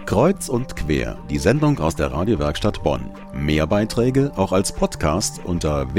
Kreuz und quer, die Sendung aus der Radiowerkstatt Bonn. Mehr Beiträge auch als Podcast unter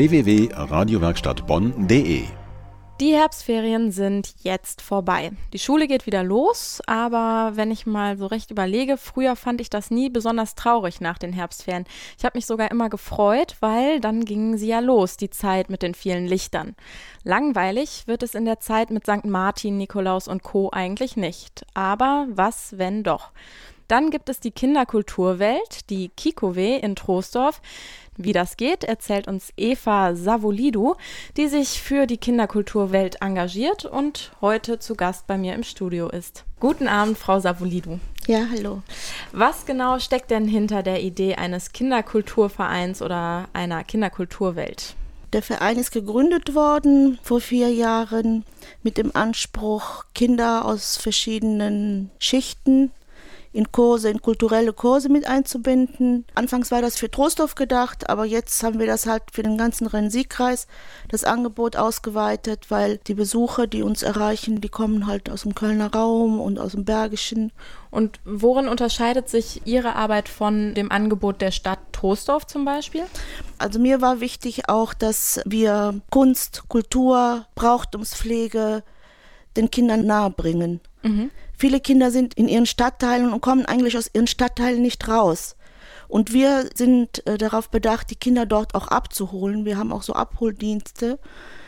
www.radiowerkstattbonn.de. Die Herbstferien sind jetzt vorbei. Die Schule geht wieder los, aber wenn ich mal so recht überlege, früher fand ich das nie besonders traurig nach den Herbstferien. Ich habe mich sogar immer gefreut, weil dann gingen sie ja los, die Zeit mit den vielen Lichtern. Langweilig wird es in der Zeit mit St. Martin, Nikolaus und Co. eigentlich nicht. Aber was, wenn doch? Dann gibt es die Kinderkulturwelt, die Kikowe in Troisdorf. Wie das geht, erzählt uns Eva Savolidou, die sich für die Kinderkulturwelt engagiert und heute zu Gast bei mir im Studio ist. Guten Abend, Frau Savolidou. Ja, hallo. Was genau steckt denn hinter der Idee eines Kinderkulturvereins oder einer Kinderkulturwelt? Der Verein ist gegründet worden vor 4 Jahren mit dem Anspruch, Kinder aus verschiedenen Schichten in Kurse, in kulturelle Kurse mit einzubinden. Anfangs war das für Troisdorf gedacht, aber jetzt haben wir das halt für den ganzen Rhein-Sieg-Kreis das Angebot ausgeweitet, weil die Besucher, die uns erreichen, die kommen halt aus dem Kölner Raum und aus dem Bergischen. Und worin unterscheidet sich Ihre Arbeit von dem Angebot der Stadt Troisdorf zum Beispiel? Also mir war wichtig auch, dass wir Kunst, Kultur, Brauchtumspflege den Kindern nahebringen. Mhm. Viele Kinder sind in ihren Stadtteilen und kommen eigentlich aus ihren Stadtteilen nicht raus. Und wir sind darauf bedacht, die Kinder dort auch abzuholen. Wir haben auch so Abholdienste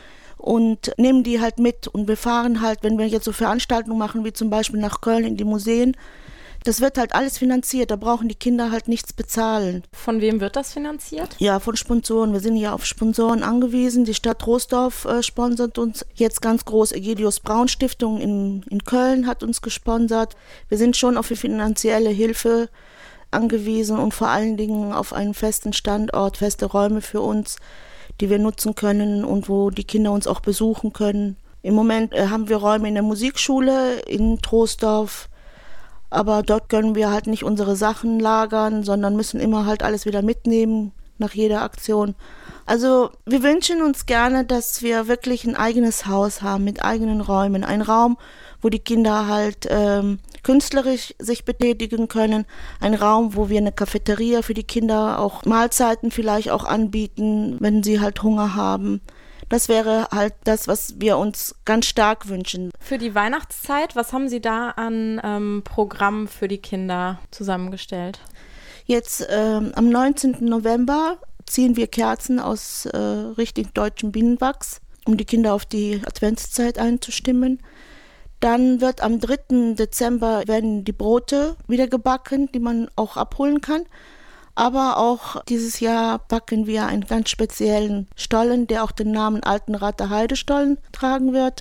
und nehmen die halt mit. Und wir fahren halt, wenn wir jetzt so Veranstaltungen machen, wie zum Beispiel nach Köln in die Museen, das wird halt alles finanziert, da brauchen die Kinder halt nichts bezahlen. Von wem wird das finanziert? Ja, von Sponsoren. Wir sind ja auf Sponsoren angewiesen. Die Stadt Troisdorf sponsert uns jetzt ganz groß. Egidius Braun Stiftung in Köln hat uns gesponsert. Wir sind schon auf finanzielle Hilfe angewiesen und vor allen Dingen auf einen festen Standort, feste Räume für uns, die wir nutzen können und wo die Kinder uns auch besuchen können. Im Moment haben wir Räume in der Musikschule in Troisdorf. Aber dort können wir halt nicht unsere Sachen lagern, sondern müssen immer halt alles wieder mitnehmen nach jeder Aktion. Also wir wünschen uns gerne, dass wir wirklich ein eigenes Haus haben mit eigenen Räumen. Ein Raum, wo die Kinder halt künstlerisch sich betätigen können. Ein Raum, wo wir eine Cafeteria für die Kinder auch Mahlzeiten vielleicht auch anbieten, wenn sie halt Hunger haben. Das wäre halt das, was wir uns ganz stark wünschen. Für die Weihnachtszeit, was haben Sie da an Programm für die Kinder zusammengestellt? Jetzt am 19. November ziehen wir Kerzen aus richtig deutschem Bienenwachs, um die Kinder auf die Adventszeit einzustimmen. Dann wird am 3. Dezember werden die Brote wieder gebacken, die man auch abholen kann. Aber auch dieses Jahr backen wir einen ganz speziellen Stollen, der auch den Namen Altenrather Heidestollen tragen wird.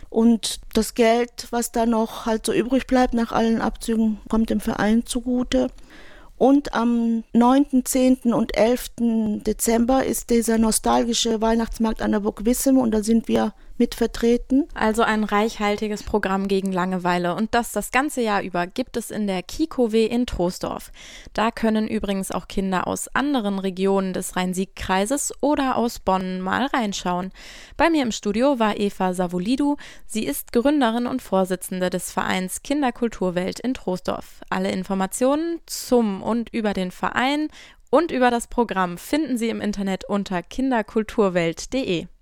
Und das Geld, was da noch halt so übrig bleibt nach allen Abzügen, kommt dem Verein zugute. Und am 9., 10. und 11. Dezember ist dieser nostalgische Weihnachtsmarkt an der Burg Wissem und da sind wir mit vertreten. Also ein reichhaltiges Programm gegen Langeweile und das ganze Jahr über gibt es in der Kikowe in Troisdorf. Da können übrigens auch Kinder aus anderen Regionen des Rhein-Sieg-Kreises oder aus Bonn mal reinschauen. Bei mir im Studio war Eva Savolidou. Sie ist Gründerin und Vorsitzende des Vereins Kinderkulturwelt in Troisdorf. Alle Informationen zum und über den Verein und über das Programm finden Sie im Internet unter kinderkulturwelt.de.